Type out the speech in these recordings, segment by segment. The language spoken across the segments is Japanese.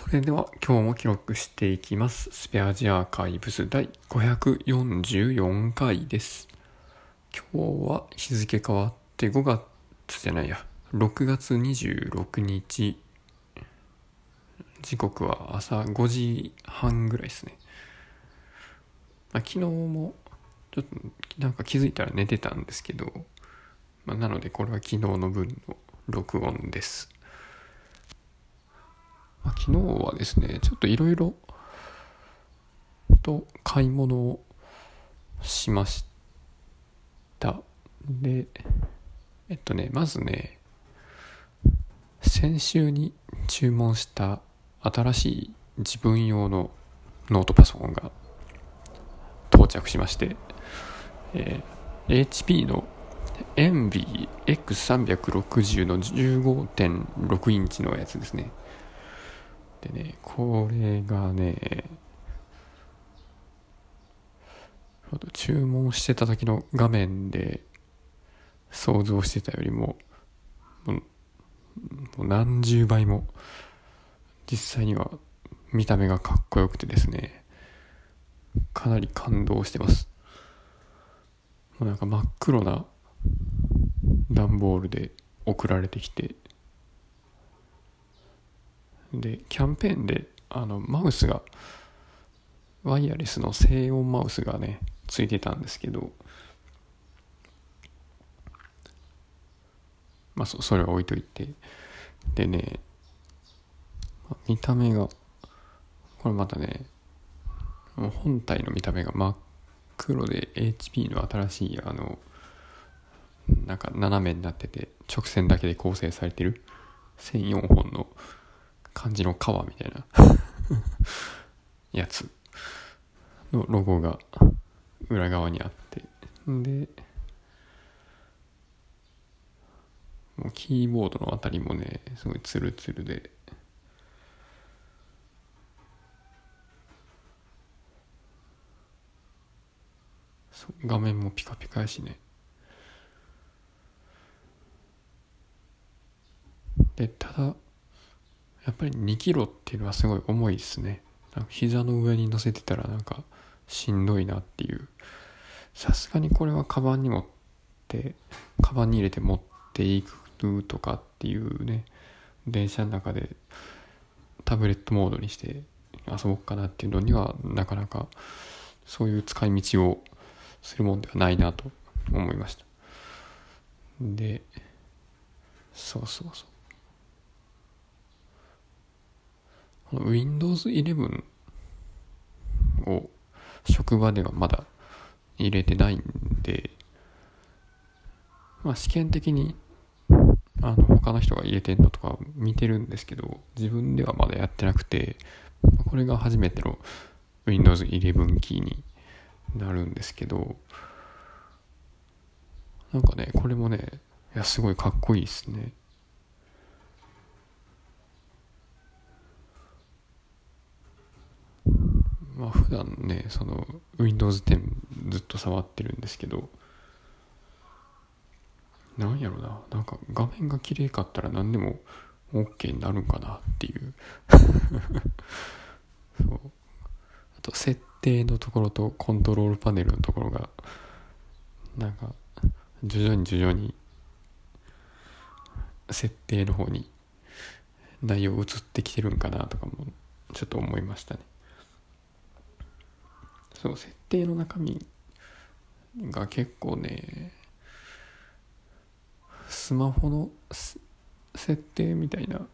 それでは今日も記録していきます。スペアジアーカイブス第544回です。今日は日付変わって6月26日。時刻は朝5時半ぐらいですね。昨日もちょっとなんか気づいたら寝てたんですけど、なのでこれは昨日の分の録音です。昨日はですね、ちょっといろいろと買い物をしました。で、まずね、先週に注文した新しい自分用のノートパソコンが到着しまして、HP の Envy X360 の 15.6 インチのやつですね。でね、これがね、注文してた時の画面で想像してたよりももう何十倍も実際には見た目がかっこよくてですね、かなり感動してます。もうなんか真っ黒な段ボールで送られてきて、でキャンペーンでマウスがワイヤレスの静音マウスがねついてたんですけど、それは置いといて、でね、見た目がこれまたね、もう本体の見た目が真っ黒で HP の新しいなんか斜めになってて直線だけで構成されてる線4本の感じの皮みたいなやつのロゴが裏側にあって、でもうキーボードのあたりもねすごいツルツルで、画面もピカピカやしね。でただやっぱり2キロっていうのはすごい重いですね。なんか膝の上に乗せてたらなんかしんどいなっていう。さすがにこれはカバンに入れて持っていくとかっていうね、電車の中でタブレットモードにして遊ぼうかなっていうのにはなかなかそういう使い道をするもんではないなと思いました。で、そうこの Windows 11を職場ではまだ入れてないんで、試験的に他の人が入れてんのとか見てるんですけど、自分ではまだやってなくて、これが初めての Windows 11キーになるんですけど、なんかねこれもねすごいかっこいいですね。普段ねその Windows 10ずっと触ってるんですけど、なんやろな、なんか画面が綺麗かったら何でも OK になるんかなっていうそう、あと設定のところとコントロールパネルのところがなんか徐々に設定の方に内容移ってきてるんかなとかもちょっと思いましたね。そう、設定の中身が結構ね、スマホの設定みたいな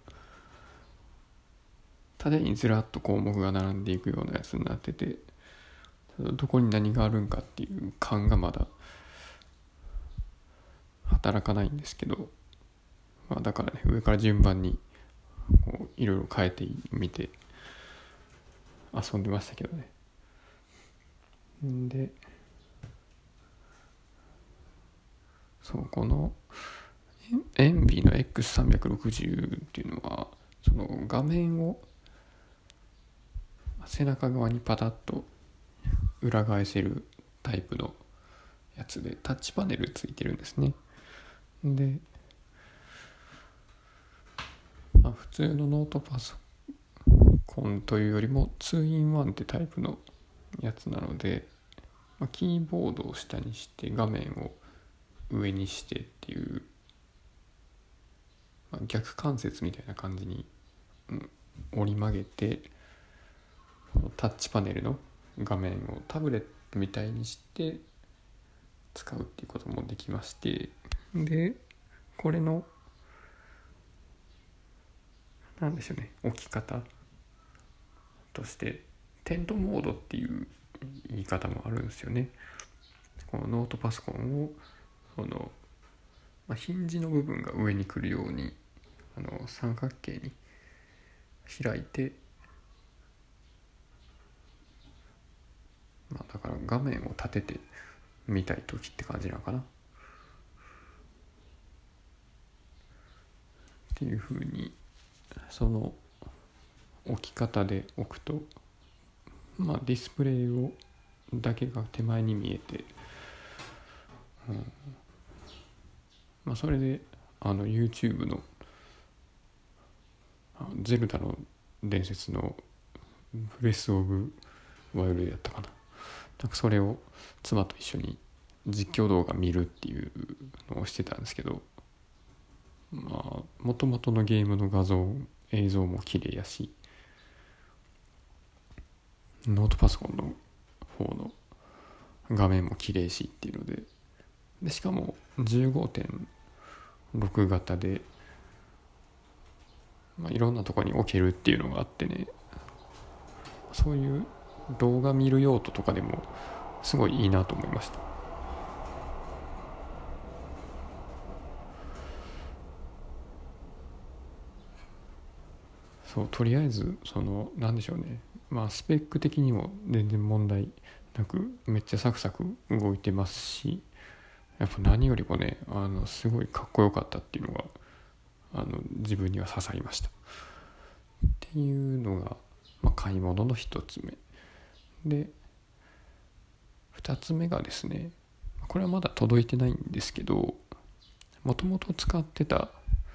縦にずらっと項目が並んでいくようなやつになってて、どこに何があるんかっていう感がまだ働かないんですけど、だからね上から順番にいろいろ変えてみて遊んでましたけどね。で、そうこのエンビーの X360 っていうのはその画面を背中側にパタッと裏返せるタイプのやつでタッチパネルついてるんですね。で、普通のノートパソ本というよりも 2-in-1 ってタイプのやつなので、キーボードを下にして画面を上にしてっていう、逆関節みたいな感じに、折り曲げてタッチパネルの画面をタブレットみたいにして使うっていうこともできまして、でこれのなんでしょうね、置き方としてテントモードっていう言い方もあるんですよね。このノートパソコンをヒンジの部分が上に来るように三角形に開いて、だから画面を立てて見たい時って感じなのかなっていう風に、その置き方で置くと、ディスプレイをだけが手前に見えて、それでYouTube のゼルダの伝説のブレスオブワイルドやったかな、それを妻と一緒に実況動画見るっていうのをしてたんですけど、もともとのゲームの映像も綺麗やし、ノートパソコンの方の画面も綺麗しっていうので、しかも 15.6 型で、いろんなところに置けるっていうのがあってね、そういう動画見る用途とかでもすごいいいなと思いました。とりあえずなんでしょうね、スペック的にも全然問題なくめっちゃサクサク動いてますし、やっぱ何よりもねすごいかっこよかったっていうのが自分には刺さりましたっていうのが、買い物の一つ目で、二つ目がですね、これはまだ届いてないんですけど、もともと使ってた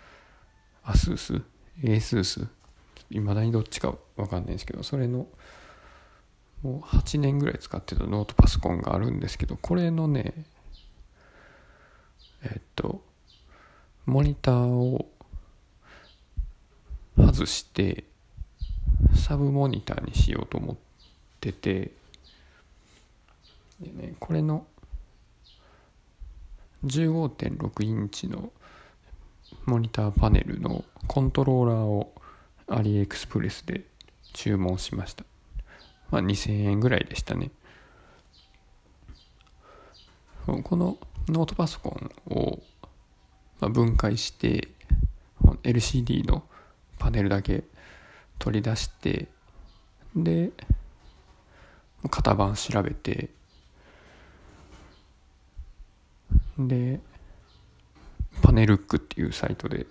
ASUS、いまだにどっちか分かんないんですけど、それのもう8年ぐらい使ってたノートパソコンがあるんですけど、これのねモニターを外してサブモニターにしようと思ってて、でね、これの 15.6 インチのモニターパネルのコントローラーをアリエクスプレスで注文しました。2000円ぐらいでしたね。このノートパソコンを分解して LCD のパネルだけ取り出して、で型番調べて、でパネルックっていうサイトで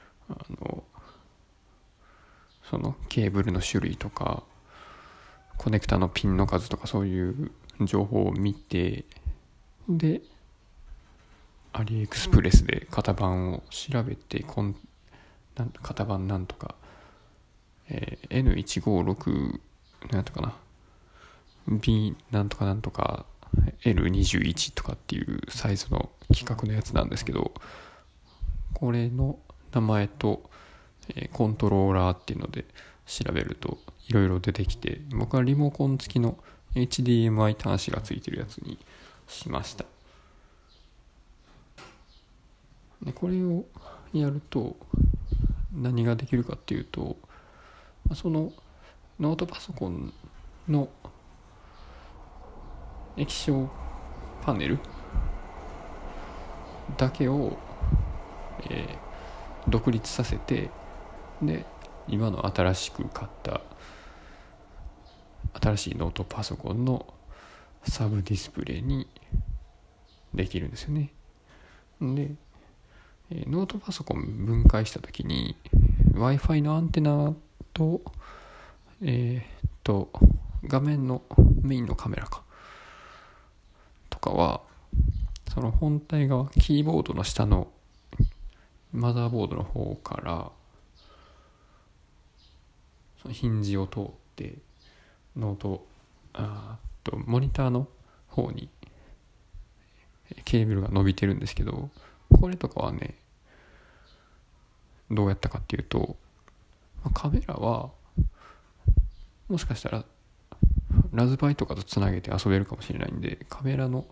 そのケーブルの種類とかコネクタのピンの数とかそういう情報を見て、でアリエクスプレスで型番を調べて、型番なんとか、N156 なんとかな B なんとかなんとか L21 とかっていうサイズの規格のやつなんですけど、これの名前と、コントローラーっていうので調べるといろいろ出てきて、僕はリモコン付きの HDMI 端子が付いてるやつにしました。でこれをやると何ができるかっていうと、そのノートパソコンの液晶パネルだけを、独立させて、で今の新しく買った新しいノートパソコンのサブディスプレイにできるんですよね。でノートパソコン分解したときに Wi-Fi のアンテナと画面のメインのカメラとかはその本体側キーボードの下のマザーボードの方からそのヒンジを通ってノートモニターの方にケーブルが伸びてるんですけど、これとかはねどうやったかっていうと、カメラはもしかしたらラズパイとかとつなげて遊べるかもしれないんで、カメラの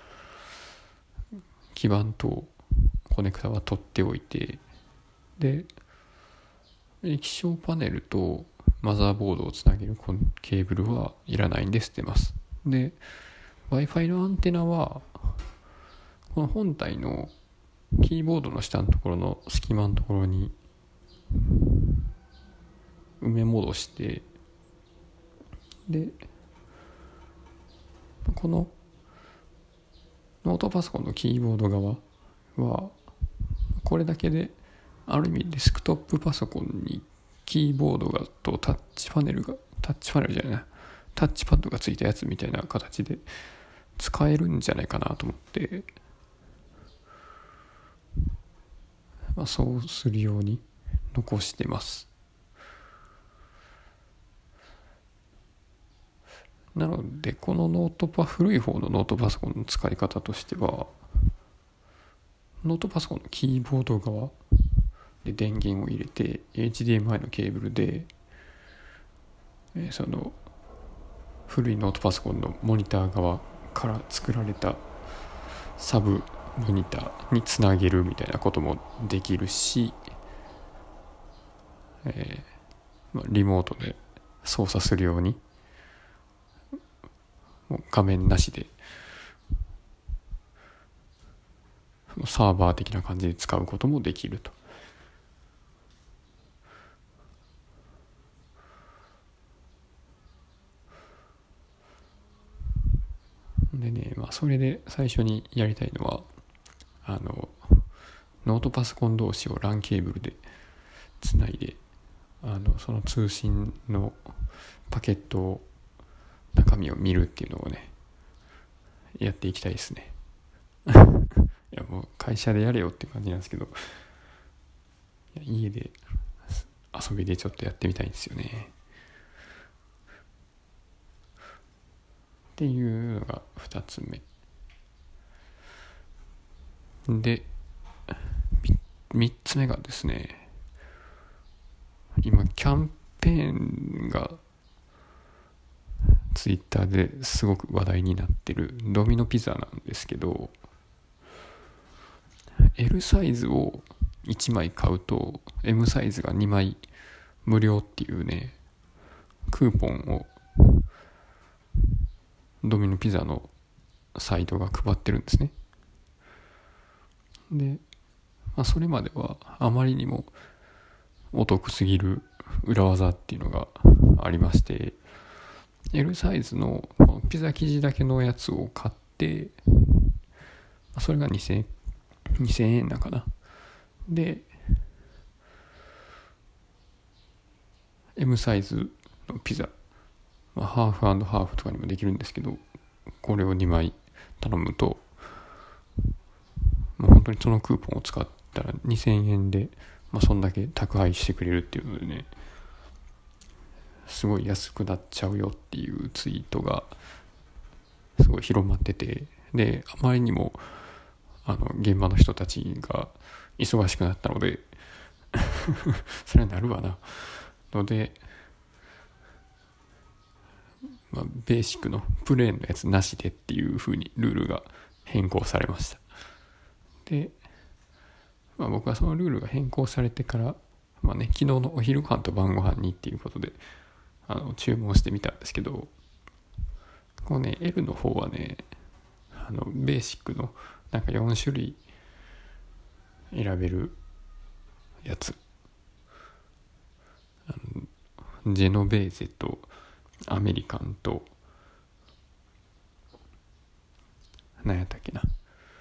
基板とコネクタは取っておいて、で液晶パネルとマザーボードをつなげるケーブルはいらないんで捨てます。で Wi-Fi のアンテナはこの本体のキーボードの下のところの隙間のところに埋め戻して、でこのノートパソコンのキーボード側はこれだけである意味デスクトップパソコンにキーボードがとタッチパッドがついたやつみたいな形で使えるんじゃないかなと思って、そうするように残してます。なのでこの古い方のノートパソコンの使い方としては、ノートパソコンのキーボード側で電源を入れて HDMI のケーブルで、その古いノートパソコンのモニター側から作られたサブモニターにつなげるみたいなこともできるし、リモートで操作するようにもう画面なしでサーバー的な感じで使うこともできると。でね、それで最初にやりたいのはノートパソコン同士を LAN ケーブルでつないでその通信のパケットを中身を見るっていうのをねやっていきたいですね。いやもう会社でやれよっていう感じなんですけど、家で遊びでちょっとやってみたいんですよねっていうのが2つ目で、3つ目がですね、今キャンペーンがツイッターですごく話題になってるドミノピザなんですけど、 L サイズを1枚買うと M サイズが2枚無料っていうねクーポンをドミノピザのサイトが配ってるんですね。で、それまではあまりにもお得すぎる裏技っていうのがありまして、 L サイズのピザ生地だけのやつを買って、それが2000円なんかな。で M サイズのピザ、ハーフ&ハーフとかにもできるんですけど、これを2枚頼むと本当にそのクーポンを使ったら2000円で、そんだけ宅配してくれるっていうのでね、すごい安くなっちゃうよっていうツイートがすごい広まってて、であまりにも現場の人たちが忙しくなったのでそれはなるわなので、ベーシックのプレーンのやつなしでっていう風にルールが変更されました。で、僕はそのルールが変更されてから、昨日のお昼ご飯と晩ご飯にっていうことで注文してみたんですけど、このね L の方はねベーシックのなんか4種類選べるやつ、ジェノベーゼとアメリカンと何やったっけな、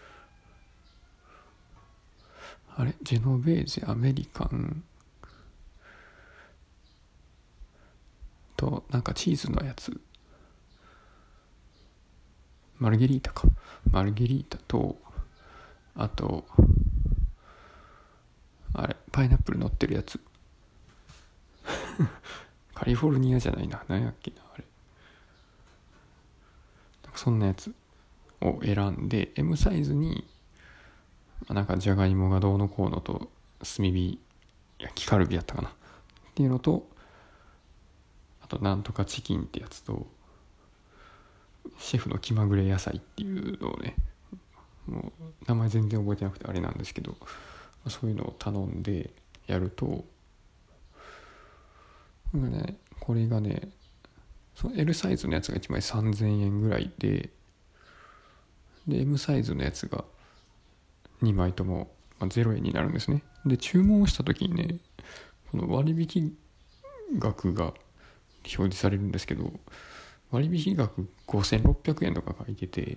ジェノベーゼ、アメリカンとなんかチーズのやつ、マルゲリータと、あとパイナップル乗ってるやつカリフォルニアじゃないな、何やっけなあれ、なんかそんなやつを選んで M サイズになんかじゃがいもがどうのこうのと炭火焼きカルビやったかなっていうのと、あとなんとかチキンってやつとシェフの気まぐれ野菜っていうのをね、もう名前全然覚えてなくてあれなんですけど、そういうのを頼んでやると、これがね、その L サイズのやつが1枚3000円ぐらいで、M サイズのやつが2枚とも0円になるんですね。で注文した時にね、この割引額が表示されるんですけど、割引額5600円とか書いてて、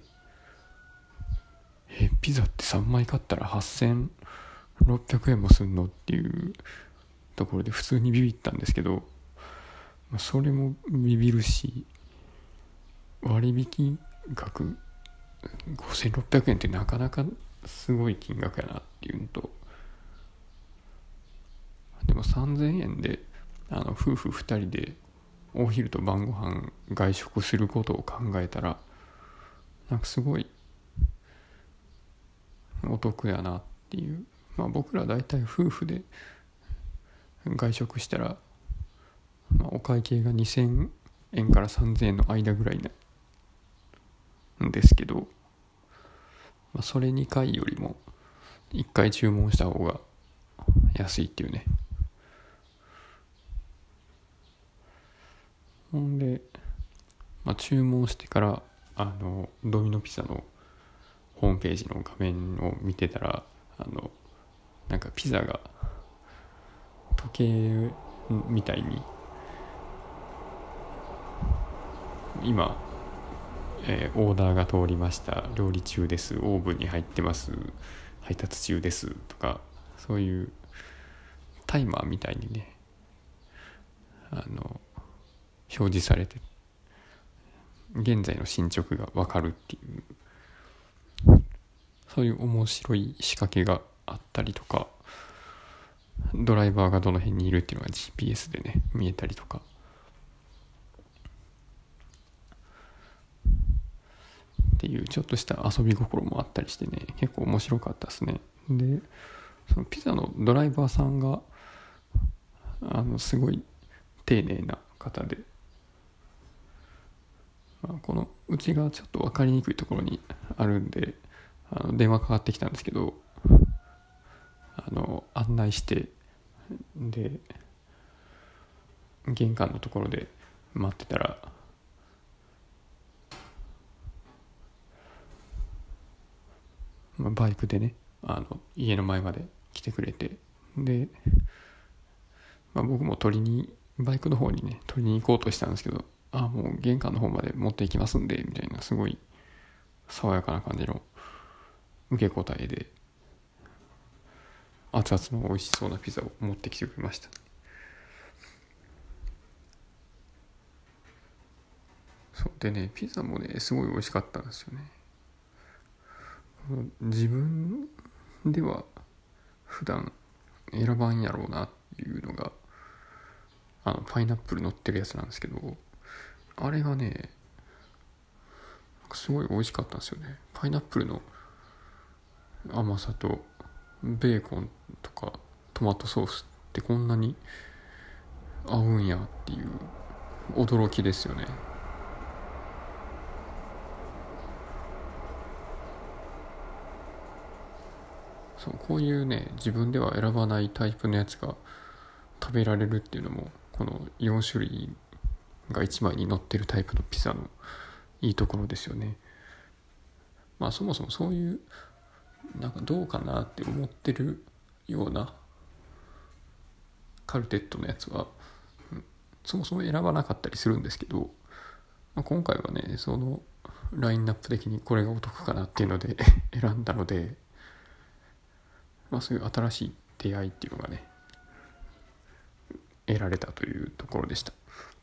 ピザって3枚買ったら8600円もすんのっていうところで普通にビビったんですけど、それもビビるし、割引額5600円ってなかなかすごい金額やなっていうのと、でも3000円で夫婦2人でお昼と晩ご飯外食することを考えたら、なんかすごいお得やなっていう。僕ら大体夫婦で外食したら、お会計が2000円から3000円の間ぐらいなんですけど、それ2回よりも1回注文した方が安いっていうね。ほんで、注文してからドミノピザのホームページの画面を見てたら、なんかピザが時計みたいに今、オーダーが通りました、料理中です、オーブンに入ってます、配達中ですとか、そういうタイマーみたいにね表示されて、現在の進捗が分かるっていう、そういう面白い仕掛けがあったりとか、ドライバーがどの辺にいるっていうのが GPS でね見えたりとかっていうちょっとした遊び心もあったりしてね、結構面白かったですね。でそのピザのドライバーさんがすごい丁寧な方で、このうちがちょっと分かりにくいところにあるんで電話かかってきたんですけど、案内して、で玄関のところで待ってたら、バイクでね家の前まで来てくれて、で、僕もバイクの方にね取りに行こうとしたんですけど、もう玄関の方まで持っていきますんでみたいな、すごい爽やかな感じの受け答えで、熱々の美味しそうなピザを持ってきてくれました。そうでね、ピザもねすごい美味しかったんですよね。自分では普段選ばんやろうなっていうのがパイナップル乗ってるやつなんですけど、あれがねすごい美味しかったんですよね。パイナップルの甘さとベーコンとかトマトソースってこんなに合うんやっていう驚きですよね。そうこういうね自分では選ばないタイプのやつが食べられるっていうのも、この4種類が1枚に乗ってるタイプのピザのいいところですよね。そもそもそういうなんかどうかなって思ってるようなカルテットのやつは、そもそも選ばなかったりするんですけど、今回はねそのラインナップ的にこれがお得かなっていうので選んだので、そういう新しい出会いっていうのがね得られたというところでした。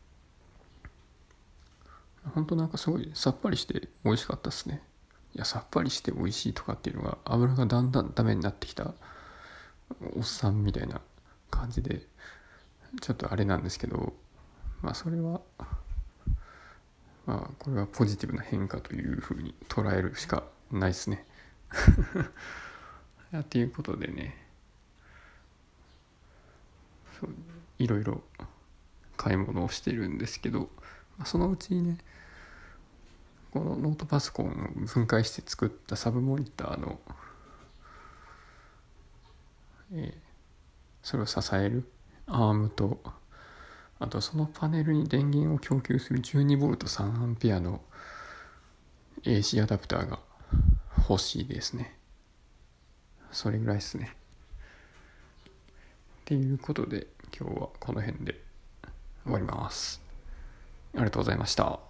本当なんかすごいさっぱりして美味しかったですね。いやさっぱりして美味しいとかっていうのが、油がだんだんダメになってきたおっさんみたいな感じでちょっとあれなんですけど、 それはこれはポジティブな変化というふうに捉えるしかないですねということでね、いろいろ買い物をしてるんですけど、そのうちにね、このノートパソコンを分解して作ったサブモニターの、それを支えるアームと、あとそのパネルに電源を供給する 12V3A の AC アダプターが欲しいですね。それぐらいですね。っていうことで今日はこの辺で終わります。ありがとうございました。